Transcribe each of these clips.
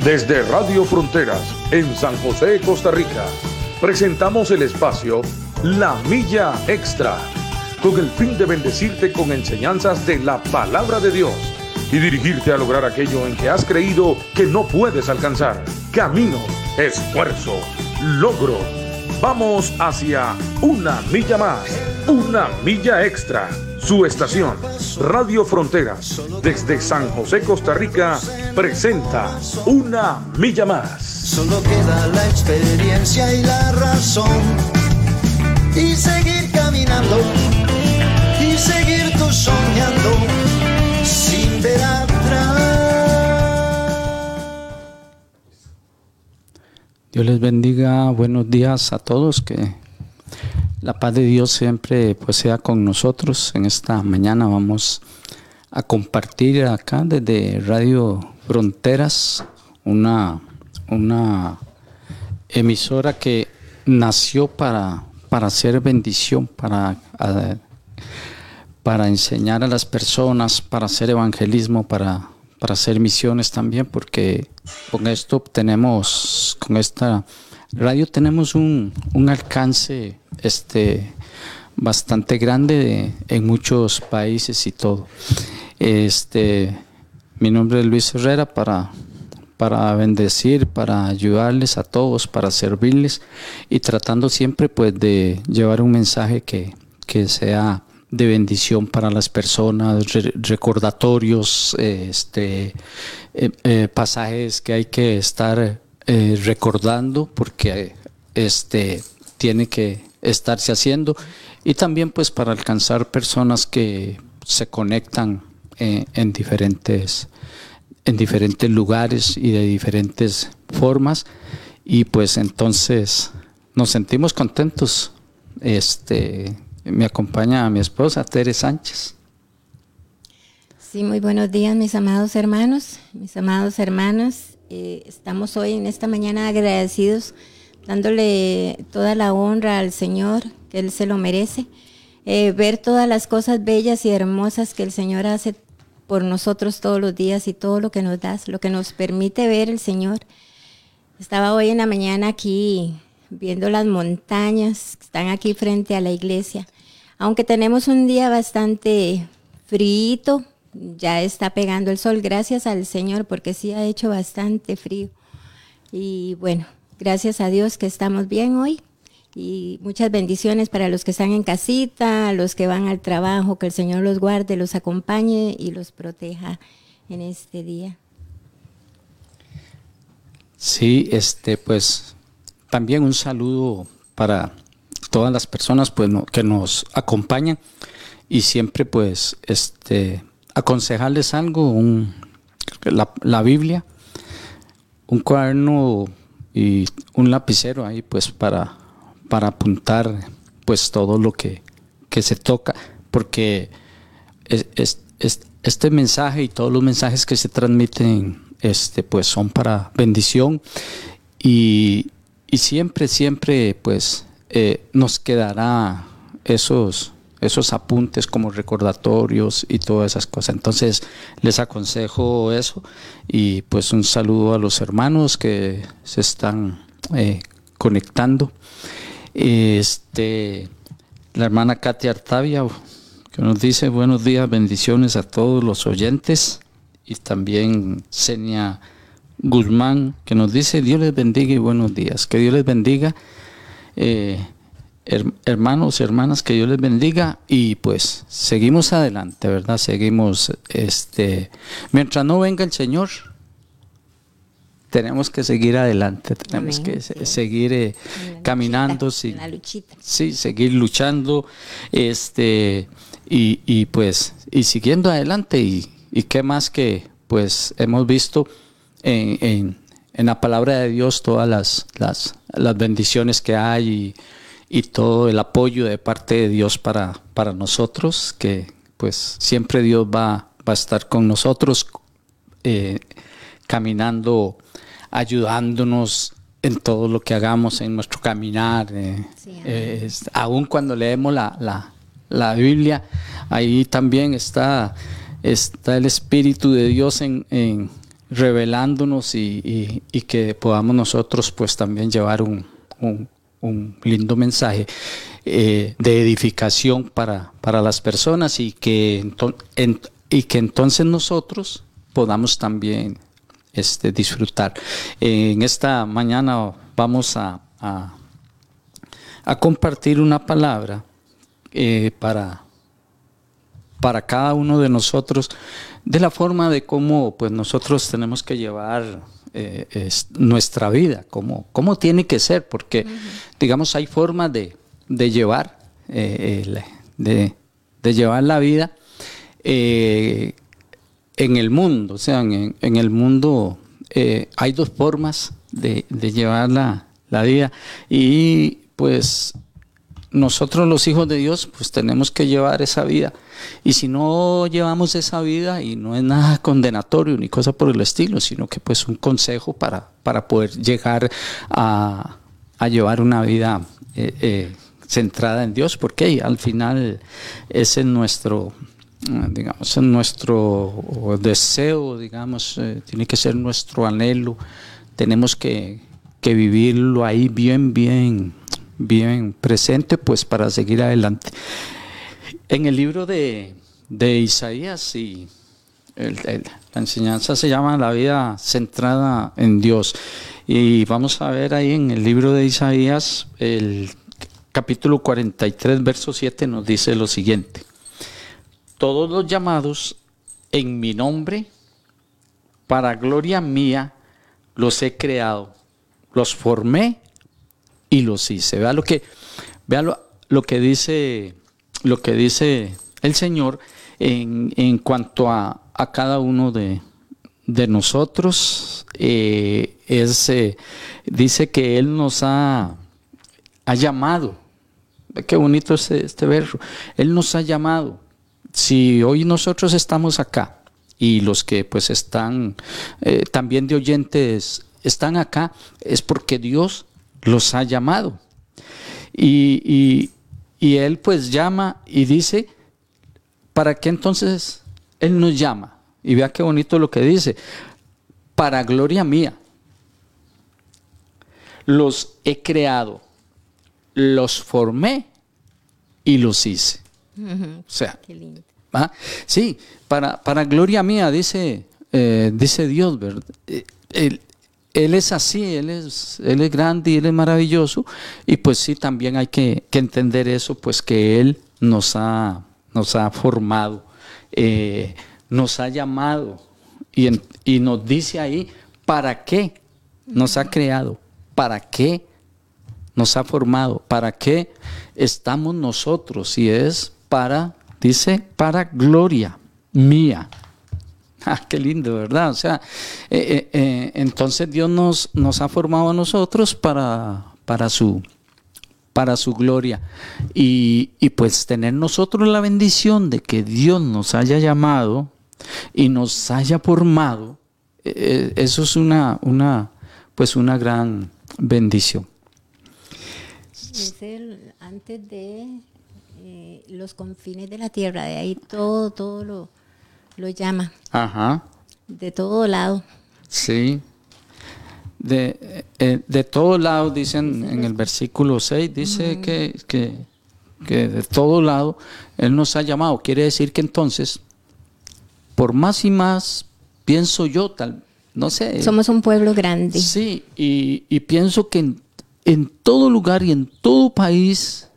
Desde Radio Fronteras, en San José, Costa Rica, presentamos el espacio La Milla Extra, con el fin de bendecirte con enseñanzas de la Palabra de Dios y dirigirte a lograr aquello en que has creído que no puedes alcanzar. Camino, esfuerzo, logro. Vamos hacia una milla más, una milla extra. Su estación, Radio Fronteras, desde San José, Costa Rica, presenta Una Milla Más. Solo queda la experiencia y la razón, y seguir caminando, y seguir tú soñando, sin ver atrás. Dios les bendiga, buenos días a todos, que la paz de Dios siempre pues sea con nosotros. En esta mañana vamos a compartir acá desde Radio Fronteras una emisora que nació para hacer bendición, para enseñar a las personas, para hacer evangelismo, para hacer misiones también, porque con esta radio tenemos un alcance bastante grande en muchos países y todo. Mi nombre es Luis Herrera, para bendecir, para ayudarles a todos, para servirles y tratando siempre pues de llevar un mensaje que sea de bendición para las personas, recordatorios, pasajes que hay que estar recordando porque tiene que estarse haciendo, y también pues para alcanzar personas que se conectan en diferentes lugares y de diferentes formas, y pues entonces nos sentimos contentos. Me acompaña mi esposa Tere Sánchez. Sí, muy buenos días, mis amados hermanos, mis amadas hermanas. Estamos hoy en esta mañana agradecidos, dándole toda la honra al Señor, que Él se lo merece. Ver todas las cosas bellas y hermosas que el Señor hace por nosotros todos los días, y todo lo que nos da, lo que nos permite ver el Señor. Estaba hoy en la mañana aquí viendo las montañas que están aquí frente a la iglesia. Aunque tenemos un día bastante frío, ya está pegando el sol, gracias al Señor, porque sí ha hecho bastante frío. Y bueno, gracias a Dios que estamos bien hoy, y muchas bendiciones para los que están en casita, los que van al trabajo, que el Señor los guarde, los acompañe y los proteja en este día. Sí, pues también un saludo para todas las personas pues que nos acompañan, y siempre pues aconsejarles algo, la Biblia, un cuaderno y un lapicero ahí pues para apuntar pues todo lo que se toca, porque este mensaje y todos los mensajes que se transmiten pues son para bendición, y siempre pues nos quedará esos apuntes como recordatorios y todas esas cosas. Entonces les aconsejo eso, y pues un saludo a los hermanos que se están conectando. La hermana Katia Artavia, que nos dice buenos días, bendiciones a todos los oyentes, y también Senia Guzmán, que nos dice Dios les bendiga y buenos días. Que Dios les bendiga, hermanos y hermanas, que Dios les bendiga, y pues seguimos adelante, ¿verdad? Seguimos, mientras no venga el Señor, tenemos que seguir adelante, tenemos que seguir caminando, seguir luchando, y pues siguiendo adelante, y qué más que pues hemos visto en la palabra de Dios todas las bendiciones que hay, y todo el apoyo de parte de Dios para nosotros, que pues siempre Dios va a estar con nosotros, caminando, ayudándonos en todo lo que hagamos en nuestro caminar. Aún cuando leemos la Biblia, ahí también está el Espíritu de Dios en revelándonos y que podamos nosotros pues también llevar un lindo mensaje de edificación para las personas y que entonces nosotros podamos también disfrutar. En esta mañana vamos a compartir una palabra para cada uno de nosotros, de la forma de cómo pues nosotros tenemos que llevar nuestra vida, cómo tiene que ser, porque digamos hay formas de llevar llevar la vida en el mundo. O sea, en el mundo hay dos formas de llevar la vida, y pues nosotros los hijos de Dios pues tenemos que llevar esa vida, y si no llevamos esa vida, y no es nada condenatorio ni cosa por el estilo, sino que pues un consejo para poder llegar a llevar una vida centrada en Dios, porque al final ese es nuestro deseo, digamos, tiene que ser nuestro anhelo. Tenemos que vivirlo ahí bien presente, pues para seguir adelante. En el libro de Isaías, y la enseñanza se llama La vida centrada en Dios, y vamos a ver ahí en el libro de Isaías, el capítulo 43, verso 7, nos dice lo siguiente: todos los llamados en mi nombre, para gloria mía, los he creado, los formé y los hice. Vea lo que dice el Señor en cuanto a cada uno de nosotros. Dice que Él nos ha llamado. Qué bonito este verso. Él nos ha llamado. Si hoy nosotros estamos acá, y los que pues están también de oyentes están acá, es porque Dios los ha llamado. Y Él pues llama y dice, ¿para qué entonces Él nos llama? Y vea qué bonito lo que dice: para gloria mía los he creado, los formé y los hice. O sea, qué lindo. Sí, para gloria mía, dice Dios, ¿verdad? Él es así, Él es grande y Él es maravilloso, y pues sí, también hay que entender eso, pues que Él nos ha formado, nos ha llamado, y nos dice ahí para qué nos ha creado, para qué nos ha formado, para qué estamos nosotros, y es dice, para gloria mía. Qué lindo, ¿verdad? O sea, entonces Dios nos ha formado a nosotros para su gloria, y pues tener nosotros la bendición de que Dios nos haya llamado y nos haya formado, eso es una gran bendición. Es antes de los confines de la tierra, de ahí todo lo llama. Ajá. De todo lado. Sí. De todo lado, dicen en el versículo 6, dice que de todo lado Él nos ha llamado. Quiere decir que entonces, por más y más, pienso yo, no sé. Somos un pueblo grande. Sí, y pienso que en todo lugar y en todo país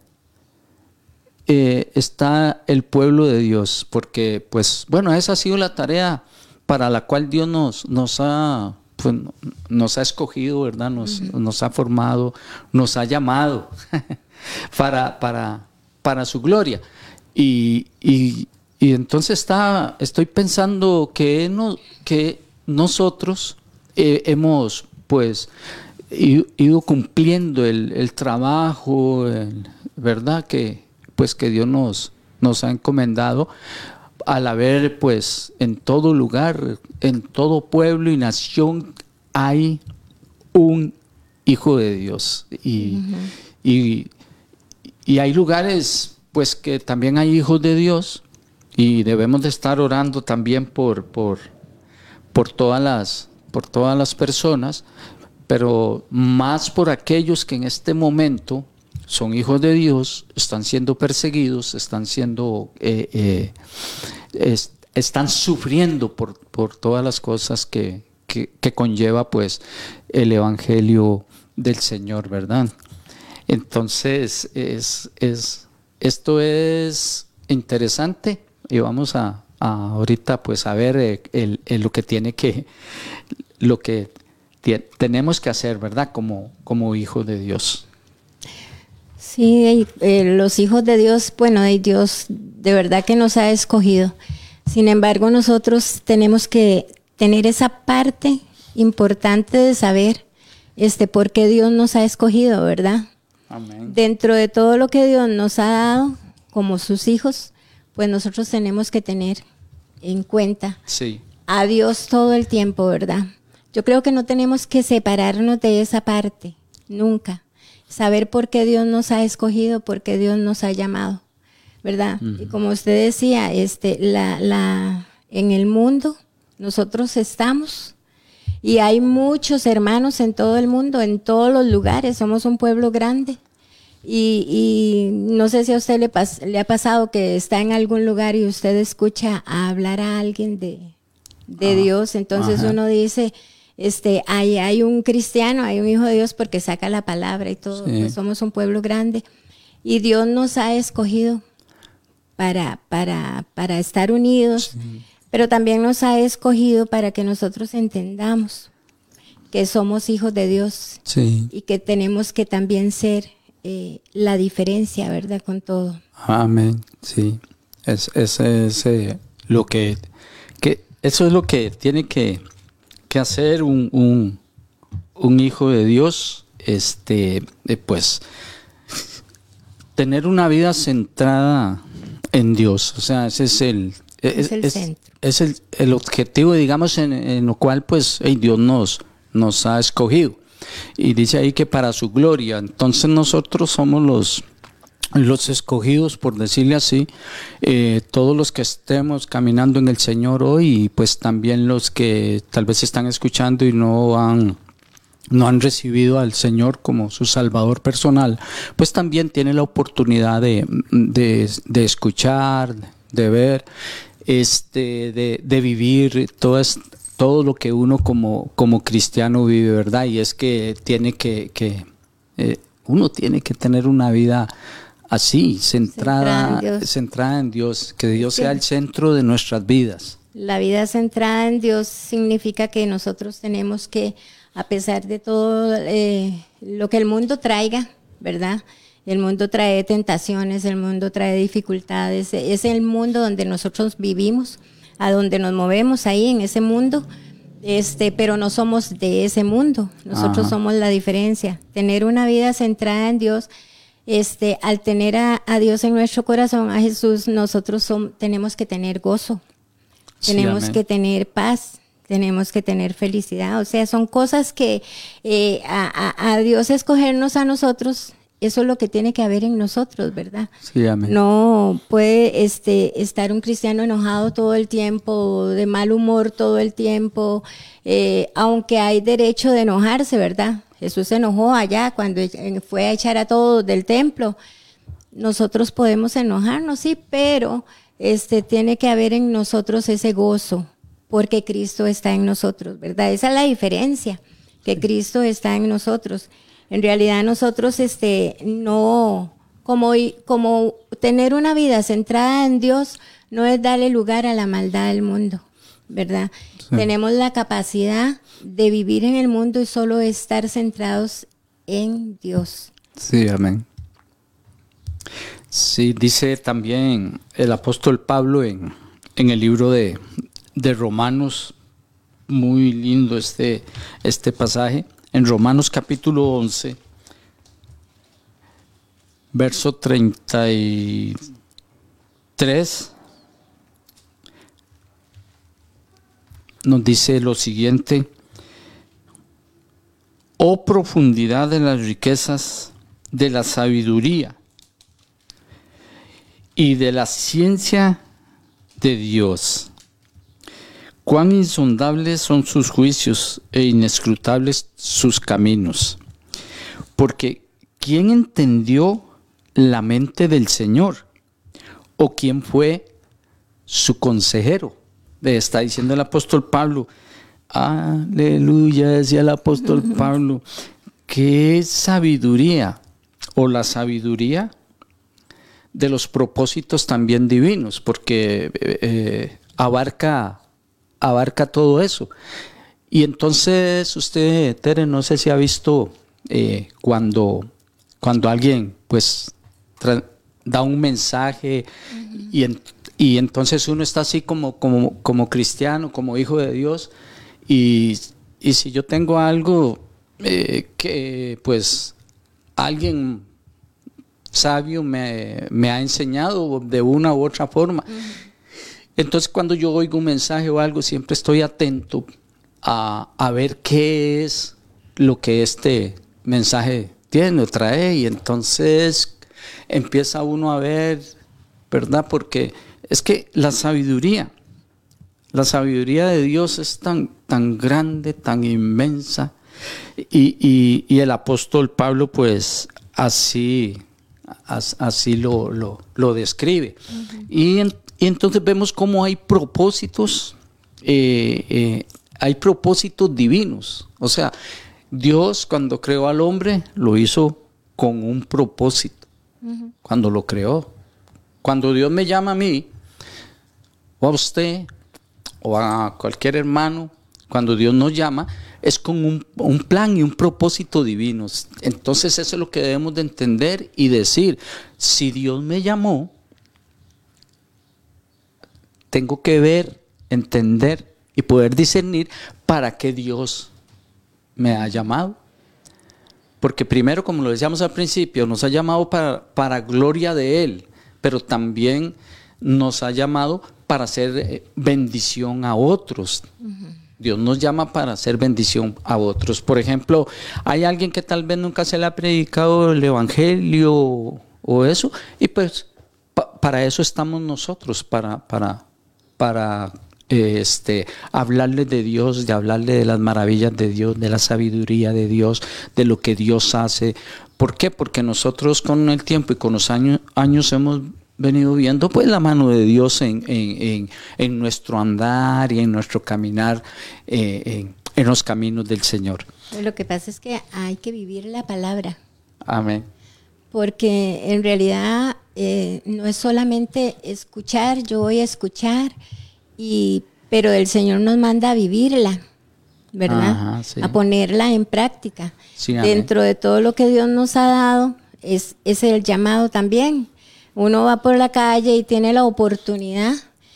está el pueblo de Dios, porque pues bueno, esa ha sido la tarea para la cual Dios nos ha escogido, ¿verdad? Nos ha formado, nos ha llamado para su gloria, y entonces estoy pensando que nosotros hemos pues ido cumpliendo el trabajo, ¿verdad? Que Dios nos ha encomendado, al haber pues en todo lugar, en todo pueblo y nación hay un hijo de Dios, y hay lugares pues que también hay hijos de Dios, y debemos de estar orando también por por todas las personas, pero más por aquellos que en este momento son hijos de Dios, están siendo perseguidos, están sufriendo por todas las cosas que conlleva pues el Evangelio del Señor, ¿verdad? Entonces esto es interesante y vamos a ahorita pues a ver lo que tenemos que hacer, ¿verdad? Como hijos de Dios. Sí, los hijos de Dios, bueno, Dios de verdad que nos ha escogido. Sin embargo, nosotros tenemos que tener esa parte importante de saber por qué Dios nos ha escogido, ¿verdad? Amén. Dentro de todo lo que Dios nos ha dado como sus hijos, pues nosotros tenemos que tener en cuenta a Dios todo el tiempo, ¿verdad? Yo creo que no tenemos que separarnos de esa parte, nunca. Saber por qué Dios nos ha escogido, por qué Dios nos ha llamado, ¿verdad? Uh-huh. Y como usted decía, en el mundo nosotros estamos y hay muchos hermanos en todo el mundo, en todos los lugares, somos un pueblo grande. Y no sé si a usted le ha pasado que está en algún lugar y usted escucha a hablar a alguien de Dios, entonces uno dice, hay un cristiano, hay un hijo de Dios porque saca la palabra y todo, pues somos un pueblo grande y Dios nos ha escogido para estar unidos, pero también nos ha escogido para que nosotros entendamos que somos hijos de Dios y que tenemos que también ser la diferencia, ¿verdad? Con todo. Amén, sí. Eso es lo que tiene que hacer un hijo de Dios, pues tener una vida centrada en Dios. O sea, ese es el centro. Es el objetivo, digamos, en lo cual pues Dios nos ha escogido. Y dice ahí que para su gloria. Entonces nosotros somos los escogidos, por decirle así, todos los que estemos caminando en el Señor hoy, y pues también los que tal vez están escuchando y no han recibido al Señor como su Salvador personal, pues también tienen la oportunidad de escuchar, de ver, de vivir todo lo que uno como cristiano vive, ¿verdad? Y es que uno tiene que tener una vida así, centrada en Dios, que Dios sea el centro de nuestras vidas. La vida centrada en Dios significa que nosotros tenemos que, a pesar de todo lo que el mundo traiga, ¿verdad? El mundo trae tentaciones, el mundo trae dificultades, es el mundo donde nosotros vivimos, a donde nos movemos ahí en ese mundo, pero no somos de ese mundo, nosotros somos la diferencia. Tener una vida centrada en Dios, al tener a Dios en nuestro corazón, a Jesús, nosotros tenemos que tener gozo, tenemos que tener paz, tenemos que tener felicidad. O sea, son cosas que a Dios escogernos a nosotros, eso es lo que tiene que haber en nosotros, ¿verdad? Sí, amén. No puede estar un cristiano enojado todo el tiempo, de mal humor todo el tiempo, aunque hay derecho de enojarse, ¿verdad? Jesús se enojó allá cuando fue a echar a todos del templo. Nosotros podemos enojarnos, sí, pero tiene que haber en nosotros ese gozo, porque Cristo está en nosotros, ¿verdad? Esa es la diferencia, que Cristo está en nosotros. En realidad nosotros no, como tener una vida centrada en Dios no es darle lugar a la maldad del mundo, ¿verdad? Sí. Tenemos la capacidad de vivir en el mundo y solo estar centrados en Dios. Sí, amén. Sí, dice también el apóstol Pablo en el libro de Romanos, muy lindo este pasaje. En Romanos capítulo 11, verso 33, nos dice lo siguiente: oh profundidad de las riquezas de la sabiduría y de la ciencia de Dios, cuán insondables son sus juicios e inescrutables sus caminos. Porque ¿quién entendió la mente del Señor? ¿O quién fue su consejero? Le está diciendo el apóstol Pablo. Aleluya, decía el apóstol Pablo. ¿Qué sabiduría? O la sabiduría de los propósitos también divinos, porque abarca todo eso. Y entonces usted, Tere, no sé si ha visto cuando alguien pues da un mensaje y entonces uno está así como cristiano, como hijo de Dios, y si yo tengo algo que pues alguien sabio me ha enseñado de una u otra forma, entonces cuando yo oigo un mensaje o algo, siempre estoy atento a ver qué es lo que este mensaje tiene o trae, y entonces empieza uno a ver, ¿verdad? Porque es que la sabiduría de Dios es tan grande, tan inmensa, y el apóstol Pablo pues así lo describe. Y entonces vemos cómo hay propósitos, hay propósitos divinos. O sea, Dios cuando creó al hombre lo hizo con un propósito. Cuando lo creó. Cuando Dios me llama a mí, o a usted, o a cualquier hermano, cuando Dios nos llama, es con un plan y un propósito divino. Entonces eso es lo que debemos de entender y decir: si Dios me llamó, tengo que ver, entender y poder discernir para qué Dios me ha llamado. Porque primero, como lo decíamos al principio, nos ha llamado para gloria de Él, pero también nos ha llamado para hacer bendición a otros. Dios nos llama para hacer bendición a otros. Por ejemplo, hay alguien que tal vez nunca se le ha predicado el evangelio o eso, y pues para eso estamos nosotros, para hablarle de Dios, de hablarle de las maravillas de Dios, de la sabiduría de Dios, de lo que Dios hace. ¿Por qué? Porque nosotros con el tiempo y con los años hemos venido viendo pues la mano de Dios en nuestro andar y en nuestro caminar en los caminos del Señor. Lo que pasa es que hay que vivir la palabra. Amén. Porque en realidad no es solamente escuchar, yo voy a escuchar, pero el Señor nos manda a vivirla, ¿verdad? Ajá, sí. A ponerla en práctica. Sí, dentro de todo lo que Dios nos ha dado, es el llamado también. Uno va por la calle y tiene la oportunidad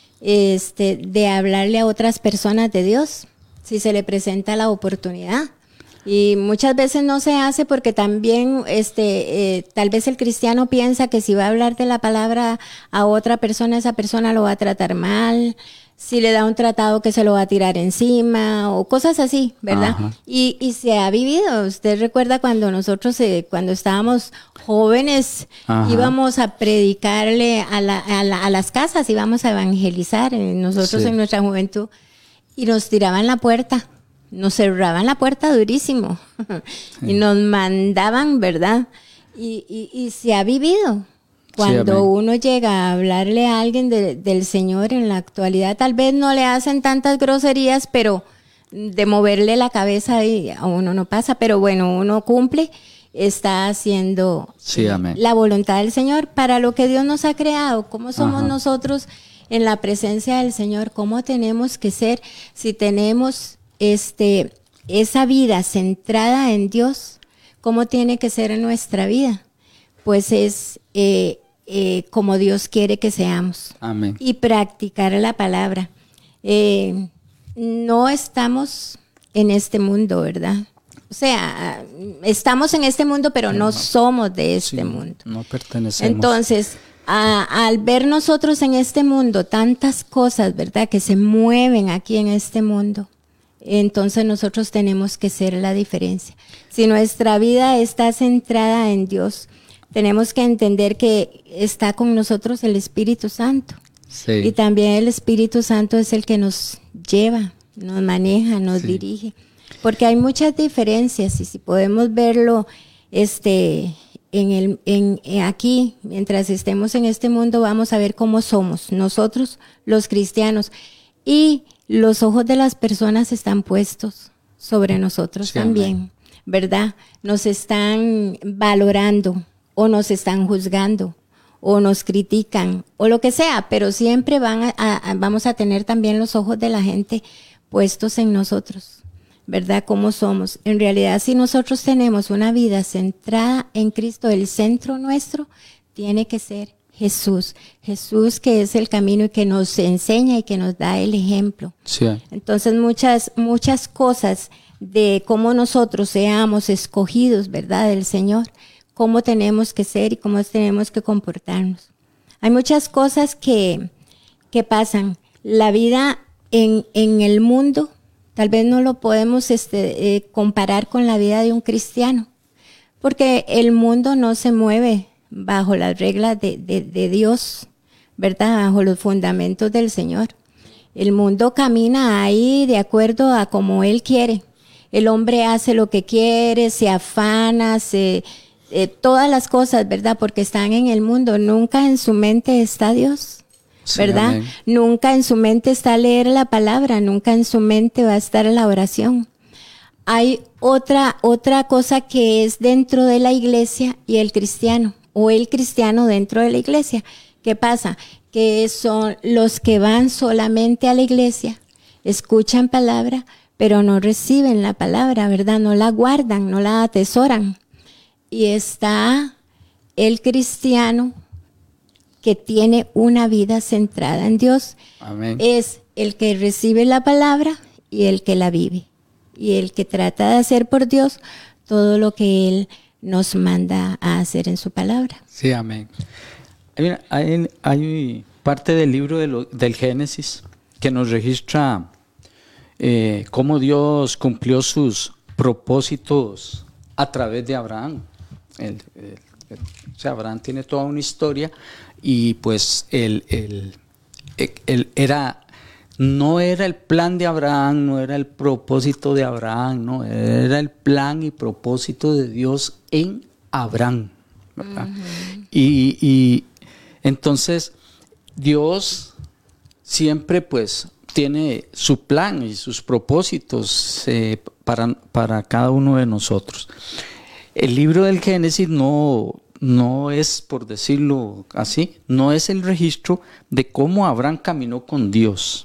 de hablarle a otras personas de Dios, si se le presenta la oportunidad. Y muchas veces no se hace porque también tal vez el cristiano piensa que si va a hablar de la palabra a otra persona, esa persona lo va a tratar mal, si le da un tratado que se lo va a tirar encima o cosas así, ¿verdad? Y se ha vivido. Usted recuerda cuando nosotros, cuando estábamos jóvenes, íbamos a predicarle a las casas, íbamos a evangelizar, nosotros en nuestra juventud, y nos tiraban la puerta. Nos cerraban la puerta durísimo y nos mandaban, ¿verdad? Y se ha vivido. Cuando uno llega a hablarle a alguien del Señor en la actualidad, tal vez no le hacen tantas groserías, pero de moverle la cabeza a uno no pasa. Pero bueno, uno cumple, está haciendo la voluntad del Señor para lo que Dios nos ha creado. ¿Cómo somos nosotros en la presencia del Señor? ¿Cómo tenemos que ser si tenemos esa vida centrada en Dios? ¿Cómo tiene que ser en nuestra vida? Pues es como Dios quiere que seamos. Amén. Y practicar la palabra. No estamos en este mundo, ¿verdad? O sea, estamos en este mundo, pero no somos de este mundo. No pertenecemos. Entonces, al ver nosotros en este mundo tantas cosas, ¿verdad?, que se mueven aquí en este mundo, entonces nosotros tenemos que ser la diferencia. Si nuestra vida está centrada en Dios, tenemos que entender que está con nosotros el Espíritu Santo. Sí. Y también el Espíritu Santo es el que nos lleva, nos maneja, nos Sí. dirige. Porque hay muchas diferencias y si podemos verlo aquí, mientras estemos en este mundo, vamos a ver cómo somos nosotros los cristianos. Y los ojos de las personas están puestos sobre nosotros Sí, también, amén. ¿verdad? Nos están valorando o nos están juzgando o nos critican o lo que sea, pero siempre vamos a tener también los ojos de la gente puestos en nosotros, ¿verdad? ¿Cómo somos? En realidad, si nosotros tenemos una vida centrada en Cristo, el centro nuestro tiene que ser Jesús. Jesús, que es el camino y que nos enseña y que nos da el ejemplo. Sí. Entonces, muchas cosas de cómo nosotros seamos escogidos, ¿verdad? Del Señor, cómo tenemos que ser y cómo tenemos que comportarnos. Hay muchas cosas que pasan. La vida en el mundo, tal vez no lo podemos comparar con la vida de un cristiano, porque el mundo no se mueve bajo las reglas de Dios, ¿verdad? Bajo los fundamentos del Señor. El mundo camina ahí de acuerdo a como Él quiere. El hombre hace lo que quiere, se afana, todas las cosas, ¿verdad? Porque están en el mundo. Nunca en su mente está Dios, ¿verdad? Sí, Nunca en su mente está leer la palabra, nunca en su mente va a estar la oración. Hay otra cosa que es dentro de la iglesia y el cristiano, o el cristiano dentro de la iglesia. ¿Qué pasa? Que son los que van solamente a la iglesia, escuchan palabra, pero no reciben la palabra, ¿verdad? No la guardan, no la atesoran. Y está el cristiano que tiene una vida centrada en Dios. Amén. Es el que recibe la palabra y el que la vive. Y el que trata de hacer por Dios todo lo que Él nos manda a hacer en su palabra. Sí, amén. Hay parte del libro del Génesis que nos registra cómo Dios cumplió sus propósitos a través de Abraham. O sea, Abraham tiene toda una historia y pues no era el plan de Abraham, no era el propósito de Abraham, no, era el plan y propósito de Dios en Abraham, ¿verdad? Uh-huh. Y entonces Dios siempre pues tiene su plan y sus propósitos para cada uno de nosotros. El libro del Génesis no es, por decirlo así, no es el registro de cómo Abraham caminó con Dios.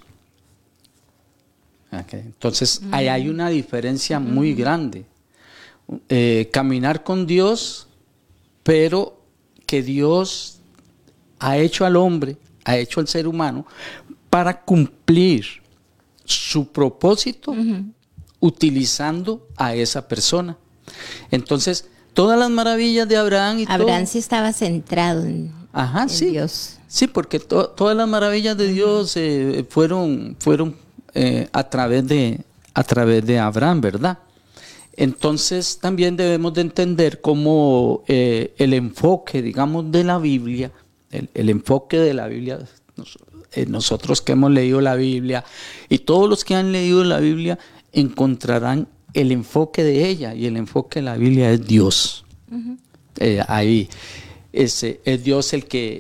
Okay. Entonces, ahí hay una diferencia muy grande. Caminar con Dios, pero que Dios ha hecho al hombre, ha hecho al ser humano, para cumplir su propósito utilizando a esa persona. Entonces, todas las maravillas de Abraham sí estaba centrado en Dios. Sí, porque todas las maravillas de Dios fueron a través de Abraham, ¿verdad? Entonces también debemos de entender cómo el enfoque, digamos, de la Biblia, el enfoque de la Biblia, nosotros que hemos leído la Biblia y todos los que han leído la Biblia encontrarán el enfoque de ella, y el enfoque de la Biblia es Dios. Uh-huh. Ahí es Dios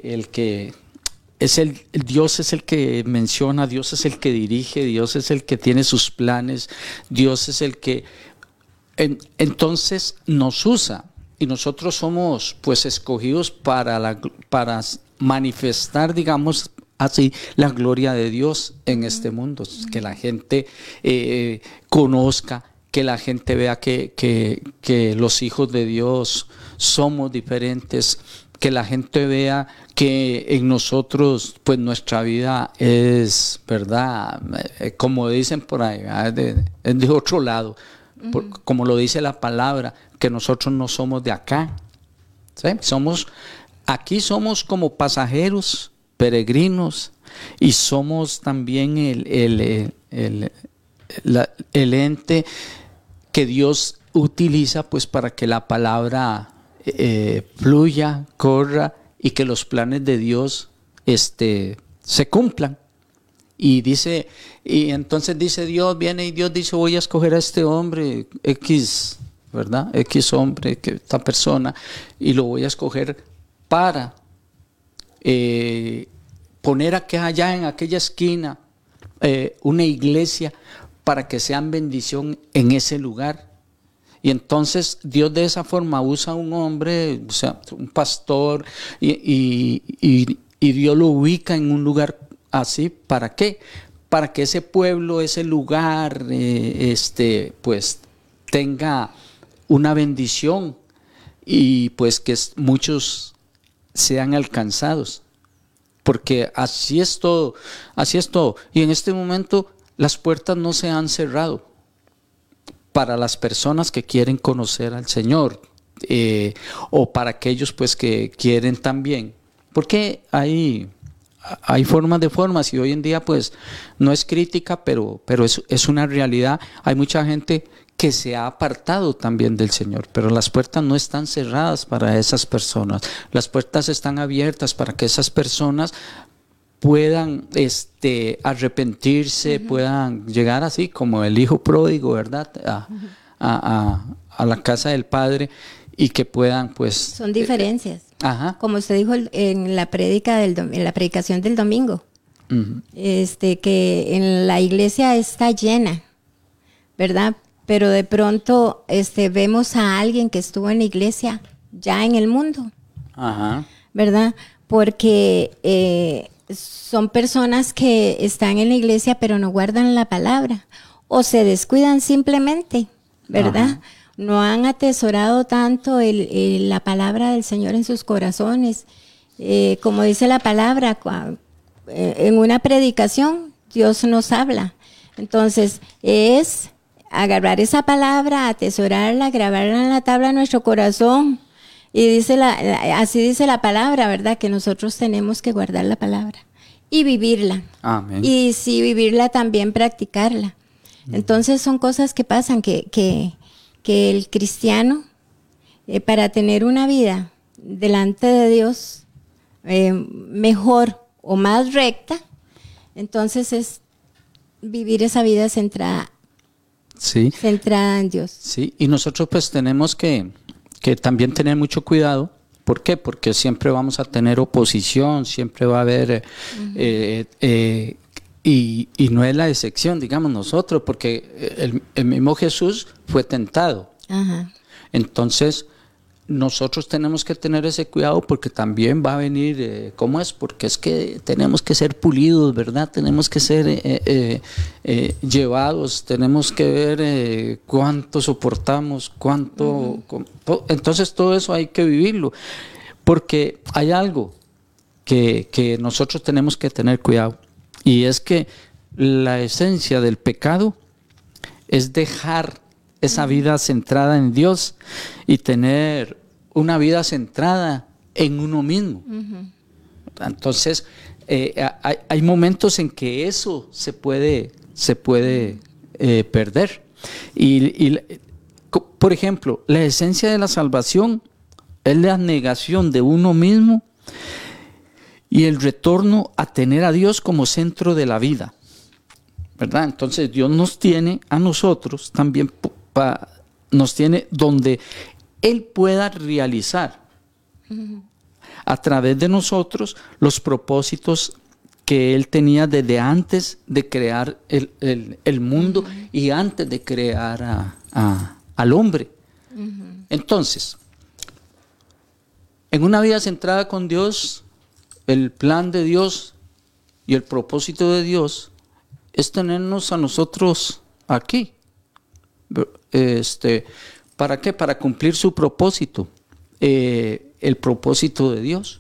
Dios es el que menciona, Dios es el que dirige, Dios es el que tiene sus planes, Dios es el que entonces nos usa, y nosotros somos pues escogidos para manifestar, digamos así, la gloria de Dios en este mundo, que la gente conozca, que la gente vea que los hijos de Dios somos diferentes, que la gente vea que en nosotros pues nuestra vida es, ¿verdad? Como dicen por ahí, es de otro lado, como lo dice la palabra, que nosotros no somos de acá, ¿sí? Aquí somos como pasajeros, peregrinos, y somos también el ente que Dios utiliza pues para que la palabra fluya, corra, y que los planes de Dios se cumplan. Y dice, y entonces dice Dios, viene y Dios dice, voy a escoger a este hombre X, ¿verdad? X hombre, esta persona, y lo voy a escoger para poner allá en aquella esquina una iglesia para que sean bendición en ese lugar. Y entonces Dios de esa forma usa a un hombre, o sea, un pastor, y Dios lo ubica en un lugar así. ¿Para qué? Para que ese pueblo, ese lugar, pues tenga una bendición y pues que muchos sean alcanzados. Porque así es todo, así es todo. Y en este momento las puertas no se han cerrado para las personas que quieren conocer al Señor, o para aquellos pues que quieren también, porque hay formas de formas, y hoy en día pues no es crítica, pero es una realidad. Hay mucha gente que se ha apartado también del Señor, pero las puertas no están cerradas para esas personas, las puertas están abiertas para que esas personas puedan arrepentirse, puedan llegar así como el hijo pródigo, ¿verdad? A la casa del Padre, y que puedan pues... Son diferencias. Como usted dijo en la predicación del domingo, que en la iglesia está llena, ¿verdad? Pero de pronto vemos a alguien que estuvo en la iglesia ya en el mundo, ¿verdad? Porque son personas que están en la iglesia pero no guardan la palabra, o se descuidan simplemente, ¿verdad? No han atesorado tanto la palabra del Señor en sus corazones. Como dice la palabra, en una predicación Dios nos habla. Entonces es agarrar esa palabra, atesorarla, grabarla en la tabla de nuestro corazón. Y así dice la palabra, ¿verdad? Que nosotros tenemos que guardar la palabra y vivirla. Amén. Y sí, vivirla también, practicarla. Entonces son cosas que pasan, que el cristiano, para tener una vida delante de Dios mejor o más recta, entonces es vivir esa vida centrada en Dios. Sí, y nosotros pues tenemos que también tener mucho cuidado. ¿Por qué? Porque siempre vamos a tener oposición, siempre va a haber, y no es la excepción, digamos nosotros, porque el mismo Jesús fue tentado. Entonces, nosotros tenemos que tener ese cuidado, porque también va a venir, ¿cómo es? Porque es que tenemos que ser pulidos, ¿verdad? Tenemos que ser llevados, tenemos que ver cuánto soportamos, cuánto... Entonces todo eso hay que vivirlo, porque hay algo que nosotros tenemos que tener cuidado, y es que la esencia del pecado es dejar esa vida centrada en Dios y tener una vida centrada en uno mismo. Entonces, hay momentos en que eso se puede perder. Y, por ejemplo, la esencia de la salvación es la negación de uno mismo y el retorno a tener a Dios como centro de la vida, ¿verdad? Entonces, Dios nos tiene a nosotros también, nos tiene donde Él pueda realizar a través de nosotros los propósitos que Él tenía desde antes de crear el mundo y antes de crear al hombre. Entonces, en una vida centrada con Dios, el plan de Dios y el propósito de Dios es tenernos a nosotros aquí. ¿Para qué? Para cumplir su propósito, el propósito de Dios.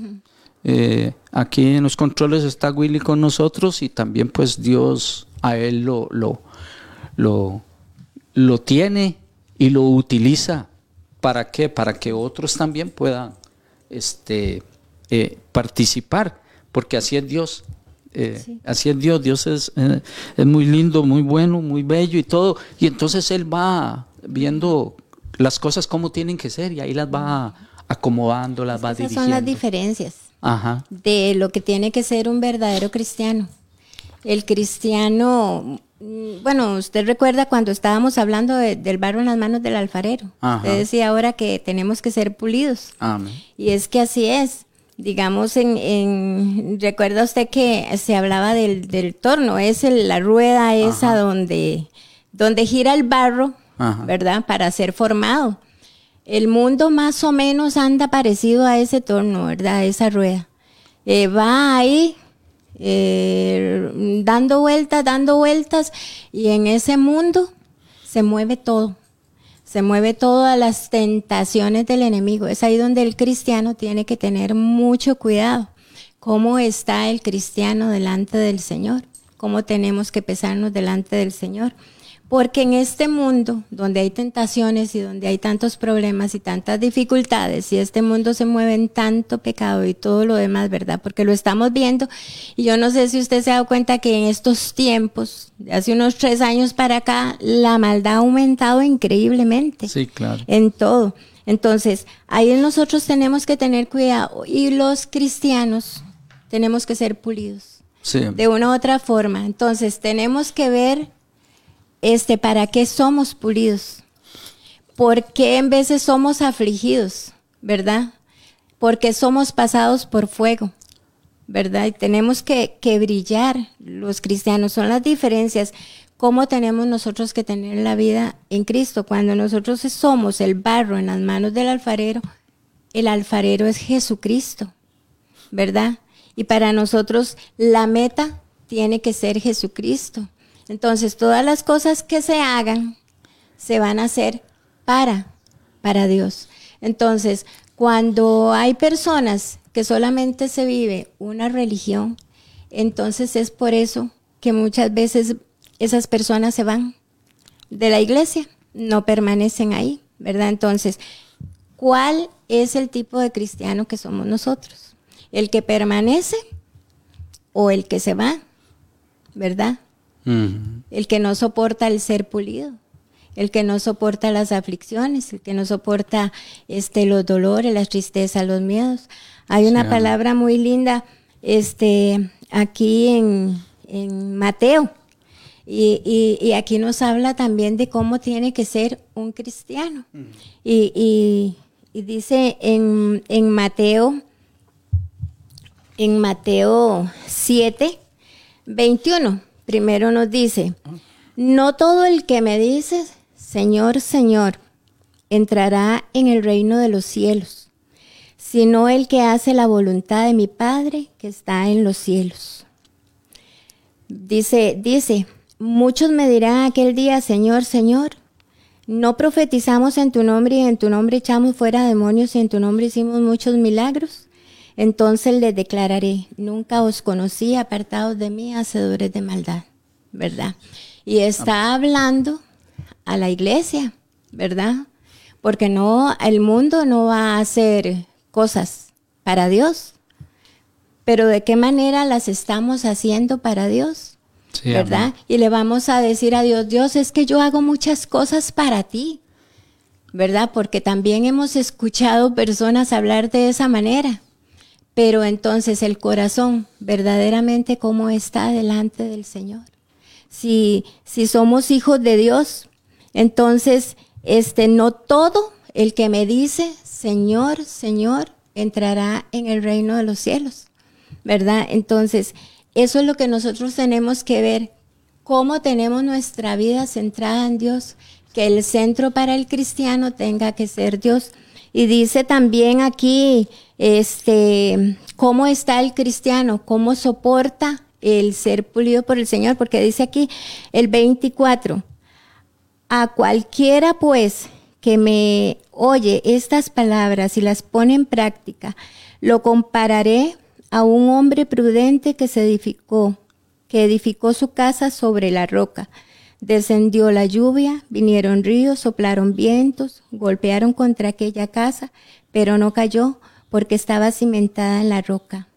Aquí en los controles está Willy con nosotros, y también pues Dios a él lo tiene y lo utiliza. ¿Para qué? Para que otros también puedan participar, porque así es Dios. Así es Dios. Dios es muy lindo, muy bueno, muy bello y todo, y entonces Él va viendo las cosas como tienen que ser, y ahí las va acomodando, las va dirigiendo. Esas son las diferencias de lo que tiene que ser un verdadero cristiano. el cristiano, bueno, usted recuerda cuando estábamos hablando del barro en las manos del alfarero. Ajá. Usted decía ahora que tenemos que ser pulidos. Amén. Y es que así es. Digamos, recuerda usted que se hablaba del torno, es la rueda esa donde gira el barro, Ajá. ¿verdad? Para ser formado. El mundo más o menos anda parecido a ese torno, ¿verdad? Esa rueda. Va ahí dando vueltas, y en ese mundo se mueve todo. Se mueve todas las tentaciones del enemigo. Es ahí donde el cristiano tiene que tener mucho cuidado. ¿Cómo está el cristiano delante del Señor? ¿Cómo tenemos que pesarnos delante del Señor? Porque en este mundo donde hay tentaciones y donde hay tantos problemas y tantas dificultades, y este mundo se mueve en tanto pecado y todo lo demás, ¿verdad? Porque lo estamos viendo, y yo no sé si usted se ha dado cuenta que en estos tiempos, de hace unos 3 años para acá, la maldad ha aumentado increíblemente. Sí, claro. En todo. Entonces, ahí nosotros tenemos que tener cuidado, y los cristianos tenemos que ser pulidos. Sí. De una u otra forma. Entonces, tenemos que ver ¿para qué somos pulidos? ¿Por qué en veces somos afligidos? ¿Verdad? Porque somos pasados por fuego, ¿verdad? Y tenemos que brillar, los cristianos. Son las diferencias. ¿Cómo tenemos nosotros que tener la vida en Cristo? Cuando nosotros somos el barro en las manos del alfarero, el alfarero es Jesucristo, ¿verdad? Y para nosotros la meta tiene que ser Jesucristo. Entonces, todas las cosas que se hagan se van a hacer para Dios. Entonces, cuando hay personas que solamente se vive una religión, entonces es por eso que muchas veces esas personas se van de la iglesia, no permanecen ahí, ¿verdad? Entonces, ¿cuál es el tipo de cristiano que somos nosotros? ¿El que permanece o el que se va? ¿Verdad? El que no soporta el ser pulido, el que no soporta las aflicciones, el que no soporta los dolores, las tristezas, los miedos. Hay una palabra muy linda aquí en Mateo, y aquí nos habla también de cómo tiene que ser un cristiano. Y dice en Mateo 7:21. Primero nos dice, no todo el que me dice, Señor, Señor, entrará en el reino de los cielos, sino el que hace la voluntad de mi Padre que está en los cielos. Dice, muchos me dirán aquel día, Señor, Señor, ¿no profetizamos en tu nombre y en tu nombre echamos fuera demonios y en tu nombre hicimos muchos milagros? Entonces les declararé, nunca os conocí, apartados de mí, hacedores de maldad, ¿verdad? Y está hablando a la iglesia, ¿verdad? Porque el mundo no va a hacer cosas para Dios, pero ¿de qué manera las estamos haciendo para Dios? Sí, ¿verdad? Amén. Y le vamos a decir a Dios, Dios, es que yo hago muchas cosas para ti, ¿verdad? Porque también hemos escuchado personas hablar de esa manera. Pero entonces el corazón, verdaderamente, ¿cómo está delante del Señor? Si somos hijos de Dios, entonces no todo el que me dice, Señor, Señor, entrará en el reino de los cielos, ¿verdad? Entonces, eso es lo que nosotros tenemos que ver, cómo tenemos nuestra vida centrada en Dios, que el centro para el cristiano tenga que ser Dios. Y dice también aquí, cómo está el cristiano, cómo soporta el ser pulido por el Señor, porque dice aquí el 24, a cualquiera pues que me oye estas palabras y las pone en práctica, lo compararé a un hombre prudente que edificó su casa sobre la roca. Descendió la lluvia, vinieron ríos, soplaron vientos, golpearon contra aquella casa, pero no cayó porque estaba cimentada en la roca.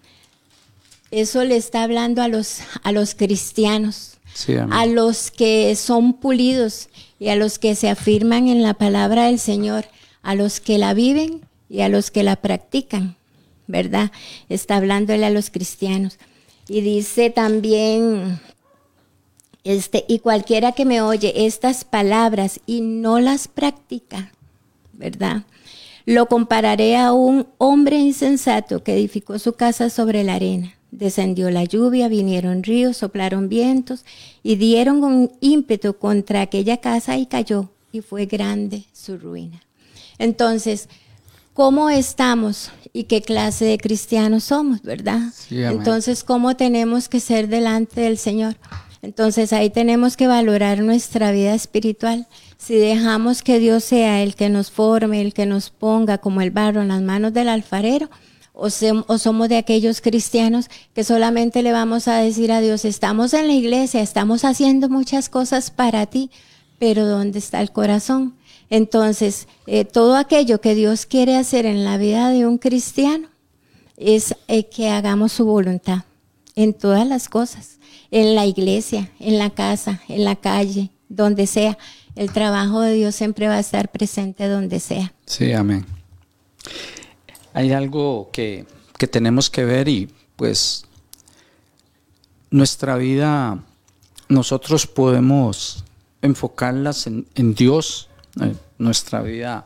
Eso le está hablando a los cristianos, sí, a los que son pulidos y a los que se afirman en la palabra del Señor, a los que la viven y a los que la practican, ¿verdad? Está hablándole a los cristianos. Y dice también, y cualquiera que me oye estas palabras y no las practica, ¿verdad? Lo compararé a un hombre insensato que edificó su casa sobre la arena. Descendió la lluvia, vinieron ríos, soplaron vientos y dieron un ímpetu contra aquella casa y cayó, y fue grande su ruina. Entonces, ¿cómo estamos y qué clase de cristianos somos, verdad? Sí, amén. Entonces, ¿cómo tenemos que ser delante del Señor? Entonces, ahí tenemos que valorar nuestra vida espiritual. Si dejamos que Dios sea el que nos forme, el que nos ponga como el barro en las manos del alfarero, o somos de aquellos cristianos que solamente le vamos a decir a Dios, estamos en la iglesia, estamos haciendo muchas cosas para ti, pero ¿dónde está el corazón? Entonces, todo aquello que Dios quiere hacer en la vida de un cristiano es que hagamos su voluntad en todas las cosas, en la iglesia, en la casa, en la calle, donde sea. El trabajo de Dios siempre va a estar presente donde sea. Sí, amén. Hay algo que tenemos que ver y pues nuestra vida, nosotros podemos enfocarlas en Dios, nuestra vida,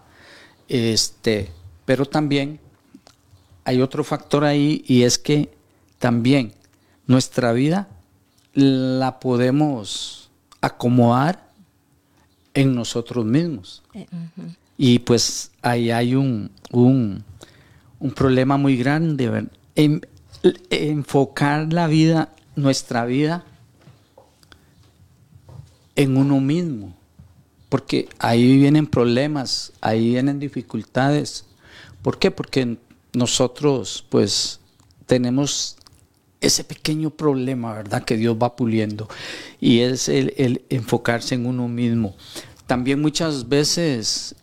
pero también hay otro factor ahí y es que también nuestra vida la podemos acomodar en nosotros mismos. Y pues ahí hay un problema muy grande, ¿verdad? Enfocar la vida, nuestra vida, en uno mismo, porque ahí vienen problemas, ahí vienen dificultades. ¿Por qué? Porque nosotros pues tenemos ese pequeño problema, ¿verdad?, que Dios va puliendo, y es el enfocarse en uno mismo. También muchas veces,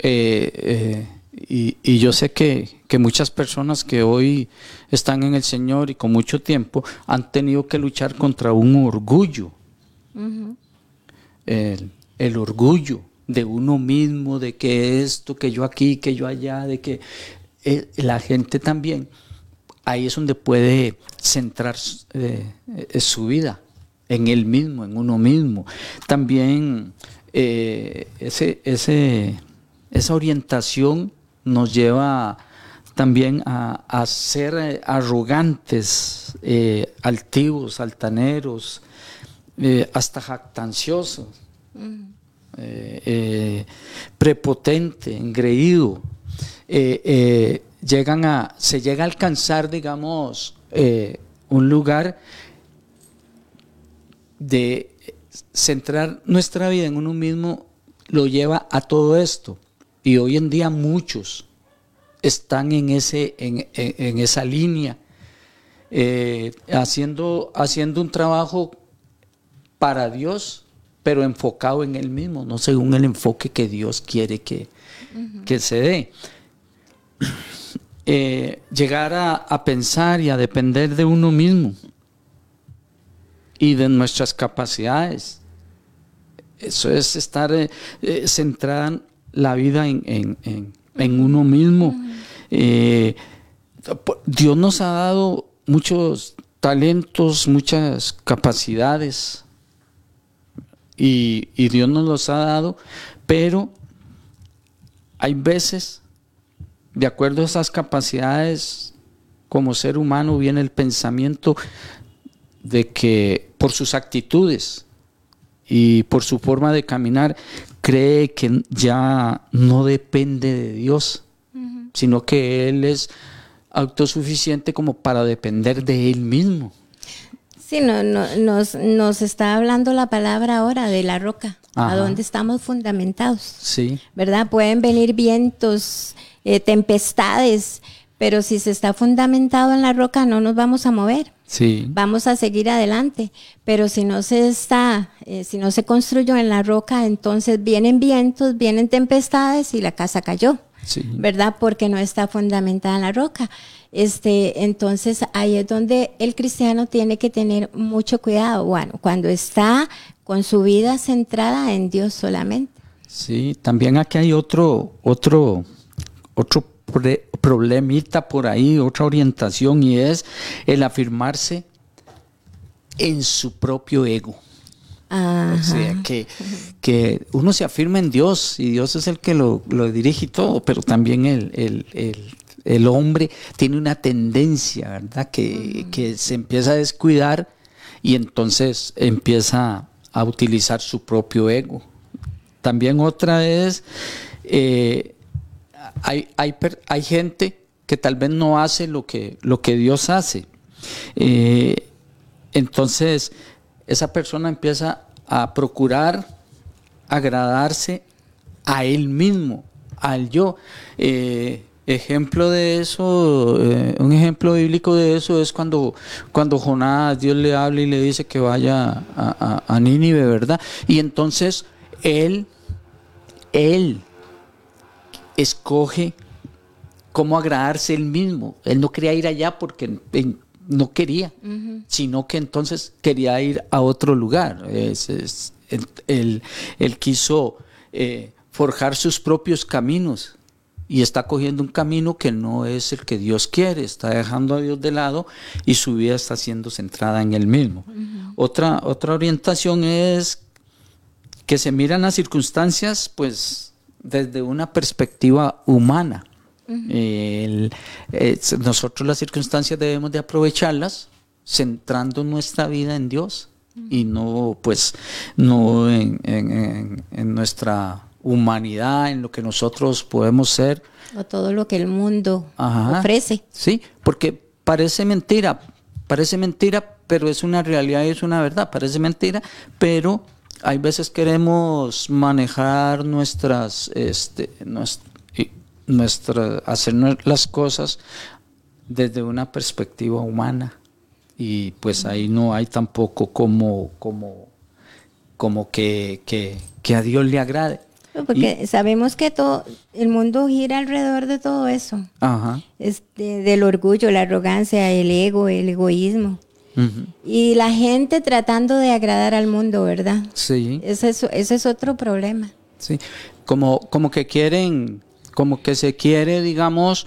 y yo sé que muchas personas que hoy están en el Señor y con mucho tiempo han tenido que luchar contra un orgullo. Uh-huh. El orgullo de uno mismo, de que esto, que yo aquí, que yo allá, de que la gente también, ahí es donde puede centrar su vida, en él mismo, en uno mismo. También esa orientación nos lleva también a ser arrogantes, altivos, altaneros, hasta jactanciosos, prepotente, engreído. Se llega a alcanzar, digamos, un lugar de centrar nuestra vida en uno mismo, lo lleva a todo esto. Y hoy en día muchos están en esa línea, haciendo un trabajo para Dios, pero enfocado en él mismo, no según el enfoque que Dios quiere que se dé. Llegar a pensar y a depender de uno mismo y de nuestras capacidades. Eso es estar centrada la vida en uno mismo. Dios nos ha dado muchos talentos, muchas capacidades, y Dios nos los ha dado, pero hay veces, de acuerdo a esas capacidades, como ser humano viene el pensamiento de que por sus actitudes y por su forma de caminar cree que ya no depende de Dios, sino que Él es autosuficiente como para depender de Él mismo. Sí, nos está hablando la palabra ahora de la roca, a donde estamos fundamentados. Sí. ¿Verdad? Pueden venir vientos, tempestades, pero si se está fundamentado en la roca no nos vamos a mover. Sí. Vamos a seguir adelante, pero si no se construyó en la roca, entonces vienen vientos, vienen tempestades y la casa cayó. Sí. ¿Verdad? Porque no está fundamentada en la roca. Entonces ahí es donde el cristiano tiene que tener mucho cuidado, bueno, cuando está con su vida centrada en Dios solamente. Sí, también aquí hay otro problemita por ahí, otra orientación, y es el afirmarse en su propio ego. Ajá. O sea, que uno se afirma en Dios y Dios es el que lo dirige y todo, pero también el hombre tiene una tendencia, ¿verdad? Que se empieza a descuidar y entonces empieza a utilizar su propio ego. También otra es, hay gente que tal vez no hace lo que Dios hace. Entonces, esa persona empieza a procurar agradarse a él mismo, al yo. Ejemplo de eso, un ejemplo bíblico de eso es cuando Jonás, Dios le habla y le dice que vaya a Nínive, ¿verdad? Y entonces él escoge cómo agradarse él mismo. Él no quería ir allá porque no quería, sino que entonces quería ir a otro lugar. Él quiso forjar sus propios caminos y está cogiendo un camino que no es el que Dios quiere, está dejando a Dios de lado y su vida está siendo centrada en él mismo. Otra orientación es que se miran las circunstancias pues desde una perspectiva humana. Nosotros las circunstancias debemos de aprovecharlas centrando nuestra vida en Dios y no en nuestra humanidad, en lo que nosotros podemos ser o todo lo que el mundo ofrece. Sí, porque parece mentira, pero es una realidad y es una verdad. Parece mentira, pero hay veces queremos manejar hacer las cosas desde una perspectiva humana y pues ahí no hay tampoco como que a Dios le agrade. Porque sabemos que todo el mundo gira alrededor de todo eso. Ajá. Del orgullo, la arrogancia, el ego, el egoísmo. Uh-huh. Y la gente tratando de agradar al mundo, ¿verdad? Sí. Ese es otro problema. Sí. Como que quieren, como que se quiere, digamos,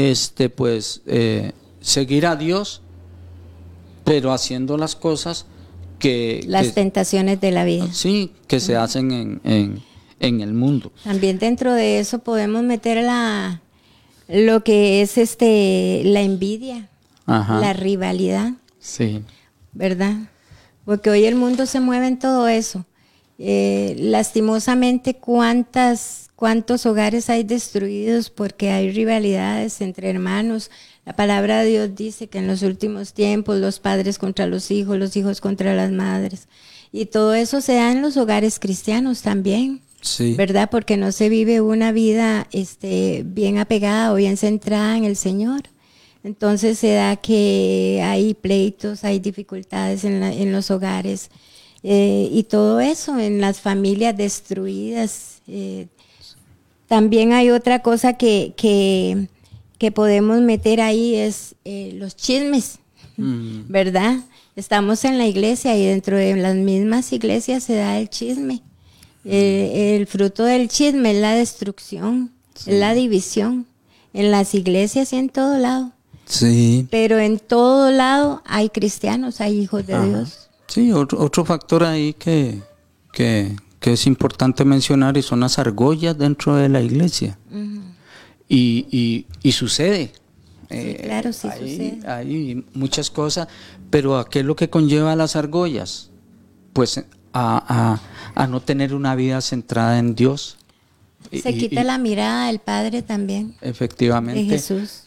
seguir a Dios, pero haciendo las cosas las tentaciones de la vida. Sí, que se hacen en el mundo. También dentro de eso podemos meter lo que es la envidia, ajá, la rivalidad. Sí. ¿Verdad? Porque hoy el mundo se mueve en todo eso. Lastimosamente, ¿cuántos hogares hay destruidos porque hay rivalidades entre hermanos? La palabra de Dios dice que en los últimos tiempos los padres contra los hijos contra las madres. Y todo eso se da en los hogares cristianos también. Sí. ¿Verdad? Porque no se vive una vida bien apegada o bien centrada en el Señor. Entonces se da que hay pleitos, hay dificultades en los hogares y todo eso, en las familias destruidas. También hay otra cosa que podemos meter ahí, es los chismes, ¿verdad? Estamos en la iglesia y dentro de las mismas iglesias se da el chisme. El fruto del chisme es la destrucción, sí, es la división, en las iglesias y en todo lado. Sí. Pero en todo lado hay cristianos, hay hijos de Dios. Sí, otro factor ahí que es importante mencionar y son las argollas dentro de la iglesia. Uh-huh. Y sucede. Sí, claro, sí sucede. Hay muchas cosas, pero ¿a qué es lo que conlleva las argollas? Pues a no tener una vida centrada en Dios. Se quita la mirada del Padre también. Efectivamente. De Jesús.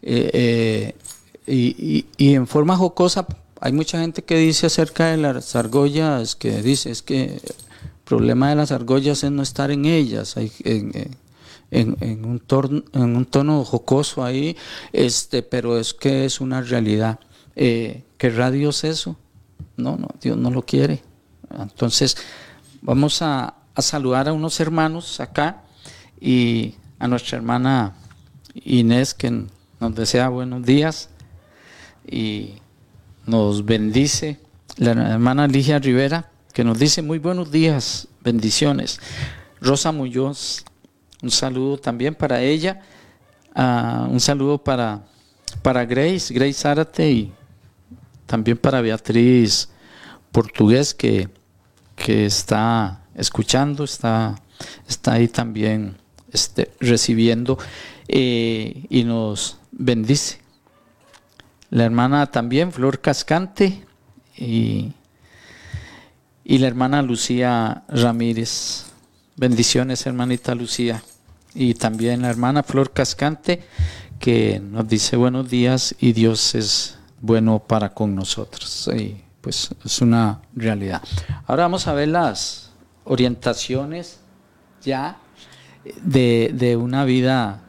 Y en forma jocosa, hay mucha gente que dice acerca de las argollas, que dice, es que el problema de las argollas es no estar en ellas, en un tono jocoso ahí, pero es que es una realidad. ¿Querrá Dios eso? No, Dios no lo quiere. Entonces, vamos a saludar a unos hermanos acá y a nuestra hermana Inés, que nos desea buenos días y nos bendice. La hermana Ligia Rivera, que nos dice muy buenos días, bendiciones. Rosa Muñoz, un saludo también para ella. Un saludo para Grace Zárate y también para Beatriz portugués que está escuchando, está ahí también recibiendo y nos bendice. La hermana también, Flor Cascante, y la hermana Lucía Ramírez. Bendiciones, hermanita Lucía. Y también la hermana Flor Cascante, que nos dice buenos días y Dios es bueno para con nosotros. Y pues es una realidad. Ahora vamos a ver las orientaciones ya de una vida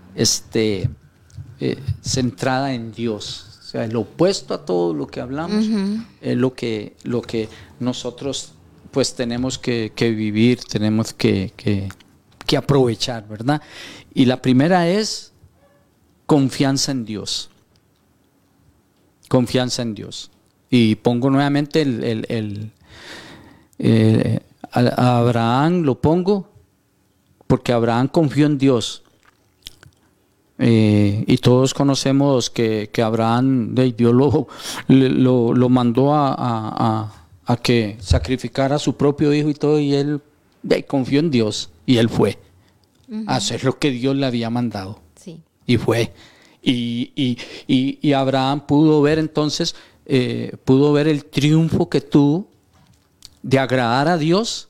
centrada en Dios. O sea, el opuesto a todo lo que hablamos es lo que nosotros pues tenemos que vivir, tenemos que aprovechar, ¿verdad? Y la primera es confianza en Dios. Confianza en Dios. Y pongo nuevamente a Abraham, lo pongo porque Abraham confió en Dios. Y todos conocemos que Abraham, Dios lo mandó a que sacrificara a su propio hijo y todo, y él confió en Dios y él fue a hacer lo que Dios le había mandado. Sí. Y fue. Y Abraham pudo ver entonces, pudo ver el triunfo que tuvo de agradar a Dios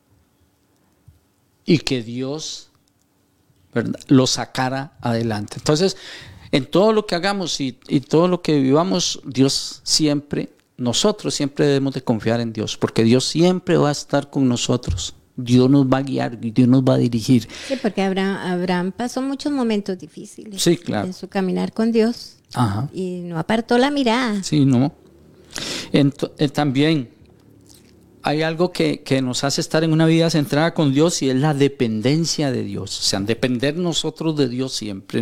y que Dios, ¿verdad?, lo sacara adelante. Entonces, en todo lo que hagamos y todo lo que vivamos, nosotros siempre debemos de confiar en Dios, porque Dios siempre va a estar con nosotros. Dios nos va a guiar y Dios nos va a dirigir. Sí, porque Abraham pasó muchos momentos difíciles, sí, claro, en su caminar con Dios. Ajá. Y no apartó la mirada. Sí, no. También hay algo que nos hace estar en una vida centrada con Dios, y es la dependencia de Dios. O sea, depender nosotros de Dios siempre.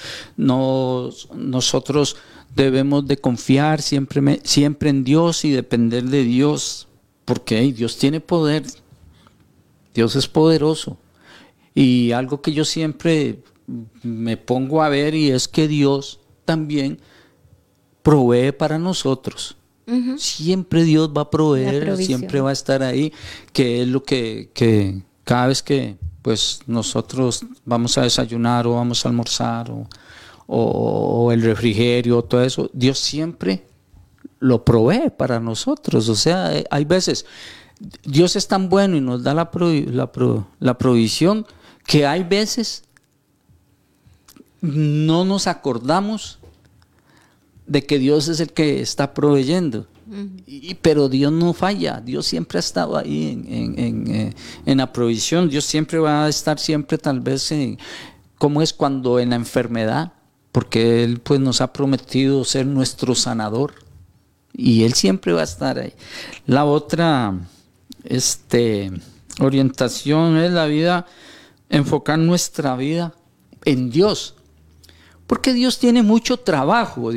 Nosotros debemos de confiar siempre en Dios y depender de Dios, porque Dios tiene poder. Dios es poderoso. Y algo que yo siempre me pongo a ver, y es que Dios también provee para nosotros. Siempre Dios va a proveer, siempre va a estar ahí, que es lo que cada vez que pues nosotros vamos a desayunar o vamos a almorzar o el refrigerio, todo eso, Dios siempre lo provee para nosotros. O sea, hay veces Dios es tan bueno y nos da la provisión, que hay veces no nos acordamos de que Dios es el que está proveyendo. Pero Dios no falla. Dios siempre ha estado ahí en la provisión. Dios siempre va a estar siempre, tal vez como es cuando en la enfermedad, porque Él pues nos ha prometido ser nuestro sanador, y Él siempre va a estar ahí. La otra orientación es la vida, enfocar nuestra vida en Dios. Porque Dios tiene mucho trabajo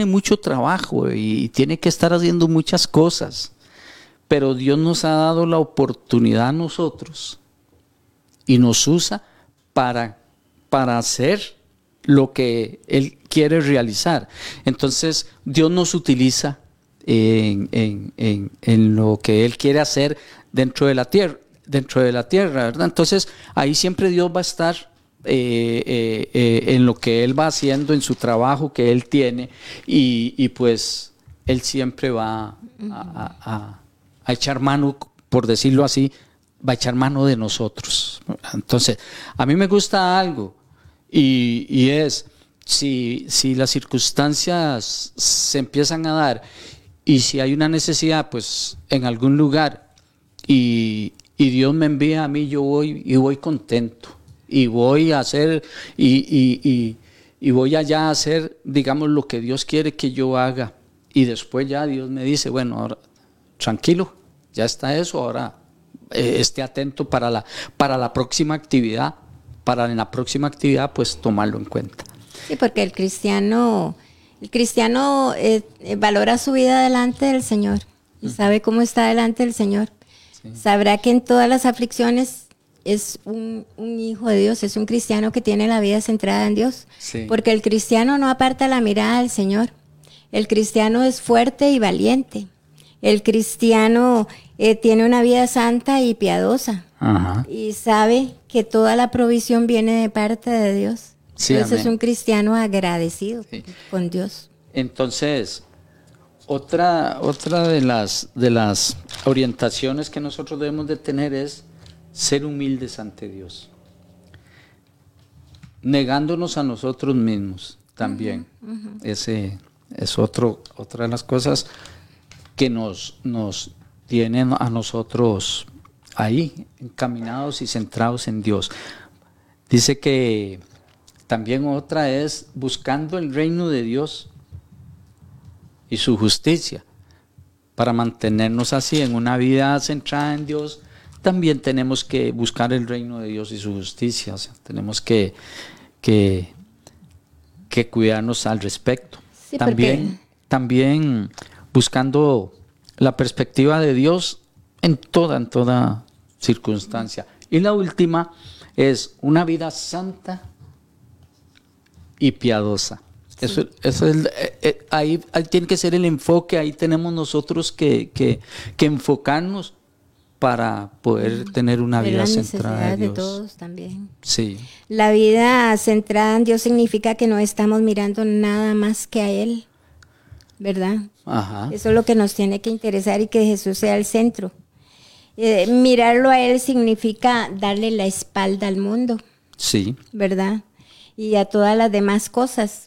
y tiene que estar haciendo muchas cosas. Pero Dios nos ha dado la oportunidad a nosotros y nos usa para hacer lo que Él quiere realizar. Entonces Dios nos utiliza en lo que Él quiere hacer dentro de la tierra, ¿verdad? Entonces ahí siempre Dios va a estar en lo que Él va haciendo, en su trabajo que Él tiene, y pues Él siempre va a echar mano, por decirlo así, va a echar mano de nosotros. Entonces, a mí me gusta algo, y es, si las circunstancias se empiezan a dar, y si hay una necesidad pues en algún lugar, y Dios me envía a mí, yo voy contento. Y voy a hacer, y voy allá a hacer, digamos, lo que Dios quiere que yo haga. Y después ya Dios me dice, bueno, ahora tranquilo, ya está eso, ahora esté atento para la próxima actividad, para en la próxima actividad pues tomarlo en cuenta. Sí, porque el cristiano valora su vida delante del Señor y sabe cómo está delante del Señor. Sí. Sabrá que en todas las aflicciones es un hijo de Dios, es un cristiano que tiene la vida centrada en Dios. Sí. Porque el cristiano no aparta la mirada del Señor. El cristiano es fuerte y valiente. El cristiano tiene una vida santa y piadosa. Ajá. Y sabe que toda la provisión viene de parte de Dios. Sí, Entonces amén. es un cristiano agradecido Sí. con Dios. Entonces, otra de las orientaciones que nosotros debemos de tener es ser humildes ante Dios, negándonos a nosotros mismos también. Ese es otra de las cosas que nos tienen a nosotros ahí, encaminados y centrados en Dios. Dice que también otra es buscando el reino de Dios y su justicia. Para mantenernos así en una vida centrada en Dios, también tenemos que buscar el reino de Dios y su justicia. O sea, tenemos que cuidarnos al respecto. Sí, También buscando la perspectiva de Dios en toda circunstancia. Y la última es una vida santa y piadosa. Sí. Eso es, ahí tiene que ser el enfoque, ahí tenemos nosotros que enfocarnos para poder tener una vida centrada en Dios. De todos también. Sí. La vida centrada en Dios significa que no estamos mirando nada más que a Él, ¿verdad? Ajá. Eso es lo que nos tiene que interesar y que Jesús sea el centro. Mirarlo a Él significa darle la espalda al mundo. Sí. ¿Verdad? Y a todas las demás cosas.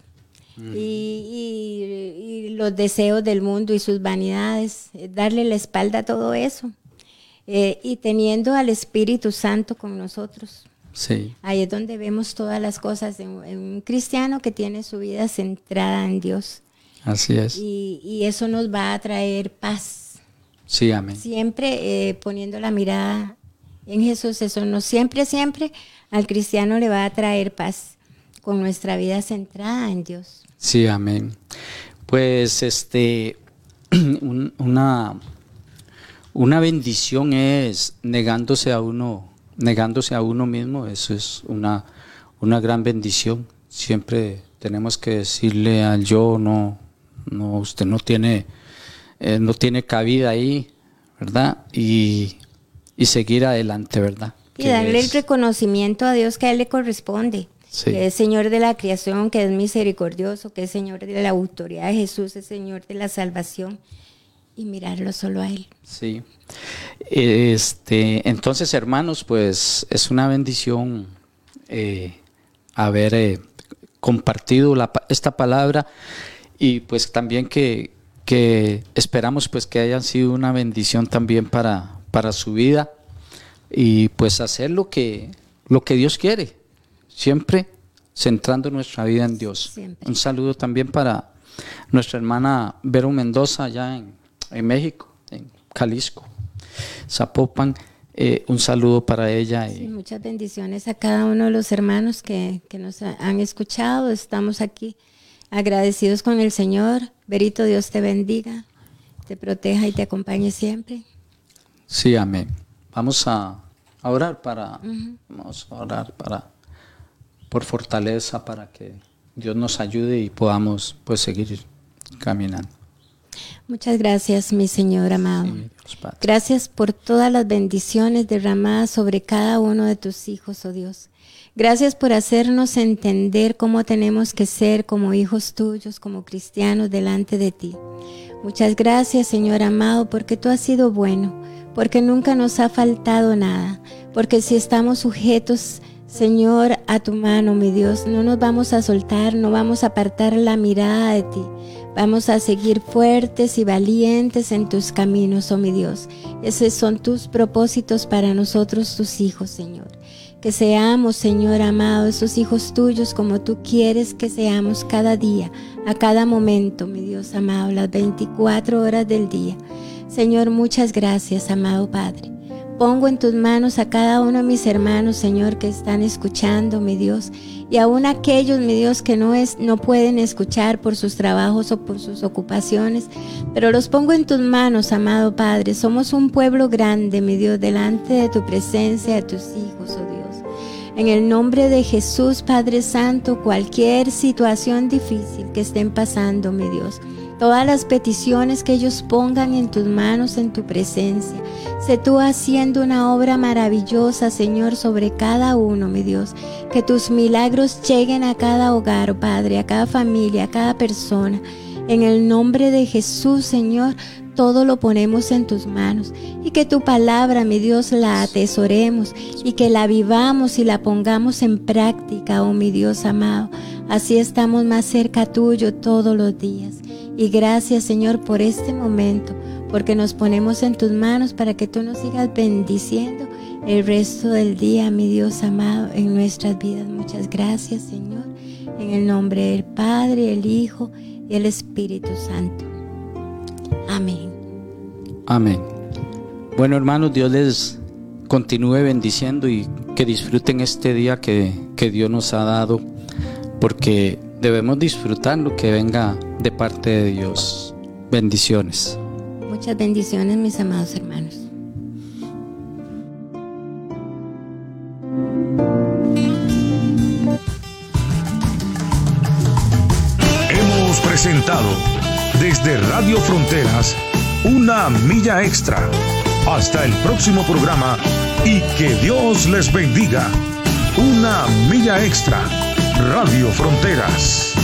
Y los deseos del mundo y sus vanidades. Darle la espalda a todo eso. Y teniendo al Espíritu Santo con nosotros. Sí. Ahí es donde vemos todas las cosas en un cristiano que tiene su vida centrada en Dios. Así es. Y eso nos va a traer paz. Sí, amén. Siempre poniendo la mirada en Jesús, eso no siempre al cristiano le va a traer paz con nuestra vida centrada en Dios. Sí, amén. Pues una bendición es negándose a uno mismo. Eso es una gran bendición. Siempre tenemos que decirle al yo, no, usted no tiene cabida ahí, ¿verdad? Y seguir adelante, ¿verdad? Y darle el reconocimiento a Dios que a Él le corresponde. Sí. Que es Señor de la creación, que es misericordioso, que es Señor de la autoridad de Jesús, es Señor de la salvación. Y mirarlo solo a Él. Sí. Entonces, hermanos, pues es una bendición haber compartido esta palabra y pues también que esperamos pues que hayan sido una bendición también para su vida y pues hacer lo que Dios quiere, siempre centrando nuestra vida en Dios. Siempre. Un saludo también para nuestra hermana Vero Mendoza allá en México, en Jalisco, Zapopan. Un saludo para ella. Sí, muchas bendiciones a cada uno de los hermanos que nos han escuchado. Estamos aquí agradecidos con el Señor. Verito, Dios te bendiga, te proteja y te acompañe siempre. Sí, amén. Vamos a orar por fortaleza, para que Dios nos ayude y podamos pues seguir caminando. Muchas gracias, mi Señor amado. Sí, Dios Padre. Gracias por todas las bendiciones derramadas sobre cada uno de tus hijos, oh Dios. Gracias por hacernos entender cómo tenemos que ser como hijos tuyos, como cristianos delante de ti. Muchas gracias, Señor amado, porque tú has sido bueno, porque nunca nos ha faltado nada, porque si estamos sujetos, Señor, a tu mano, mi Dios, no nos vamos a soltar, no vamos a apartar la mirada de ti. Vamos a seguir fuertes y valientes en tus caminos, oh mi Dios. Esos son tus propósitos para nosotros, tus hijos, Señor. Que seamos, Señor amado, esos hijos tuyos como tú quieres que seamos cada día, a cada momento, mi Dios amado, las 24 horas del día. Señor, muchas gracias, amado Padre. Pongo en tus manos a cada uno de mis hermanos, Señor, que están escuchando, mi Dios, y aún aquellos, mi Dios, que no pueden escuchar por sus trabajos o por sus ocupaciones, pero los pongo en tus manos, amado Padre. Somos un pueblo grande, mi Dios, delante de tu presencia, de tus hijos, oh Dios. En el nombre de Jesús, Padre Santo, cualquier situación difícil que estén pasando, mi Dios, todas las peticiones que ellos pongan en tus manos, en tu presencia. Sé tú haciendo una obra maravillosa, Señor, sobre cada uno, mi Dios. Que tus milagros lleguen a cada hogar, Padre, a cada familia, a cada persona. En el nombre de Jesús, Señor, todo lo ponemos en tus manos. Y que tu palabra, mi Dios, la atesoremos y que la vivamos y la pongamos en práctica, oh mi Dios amado. Así estamos más cerca tuyo todos los días. Y gracias, Señor, por este momento, porque nos ponemos en tus manos para que tú nos sigas bendiciendo el resto del día, mi Dios amado, en nuestras vidas. Muchas gracias, Señor, en el nombre del Padre, el Hijo y el Espíritu Santo. Amén. Amén. Bueno, hermanos, Dios les continúe bendiciendo y que disfruten este día que Dios nos ha dado, porque debemos disfrutar lo que venga de parte de Dios. Bendiciones. Muchas bendiciones, mis amados hermanos. Hemos presentado desde Radio Fronteras Una Milla Extra. Hasta el próximo programa y que Dios les bendiga. Una Milla Extra. Radio Fronteras.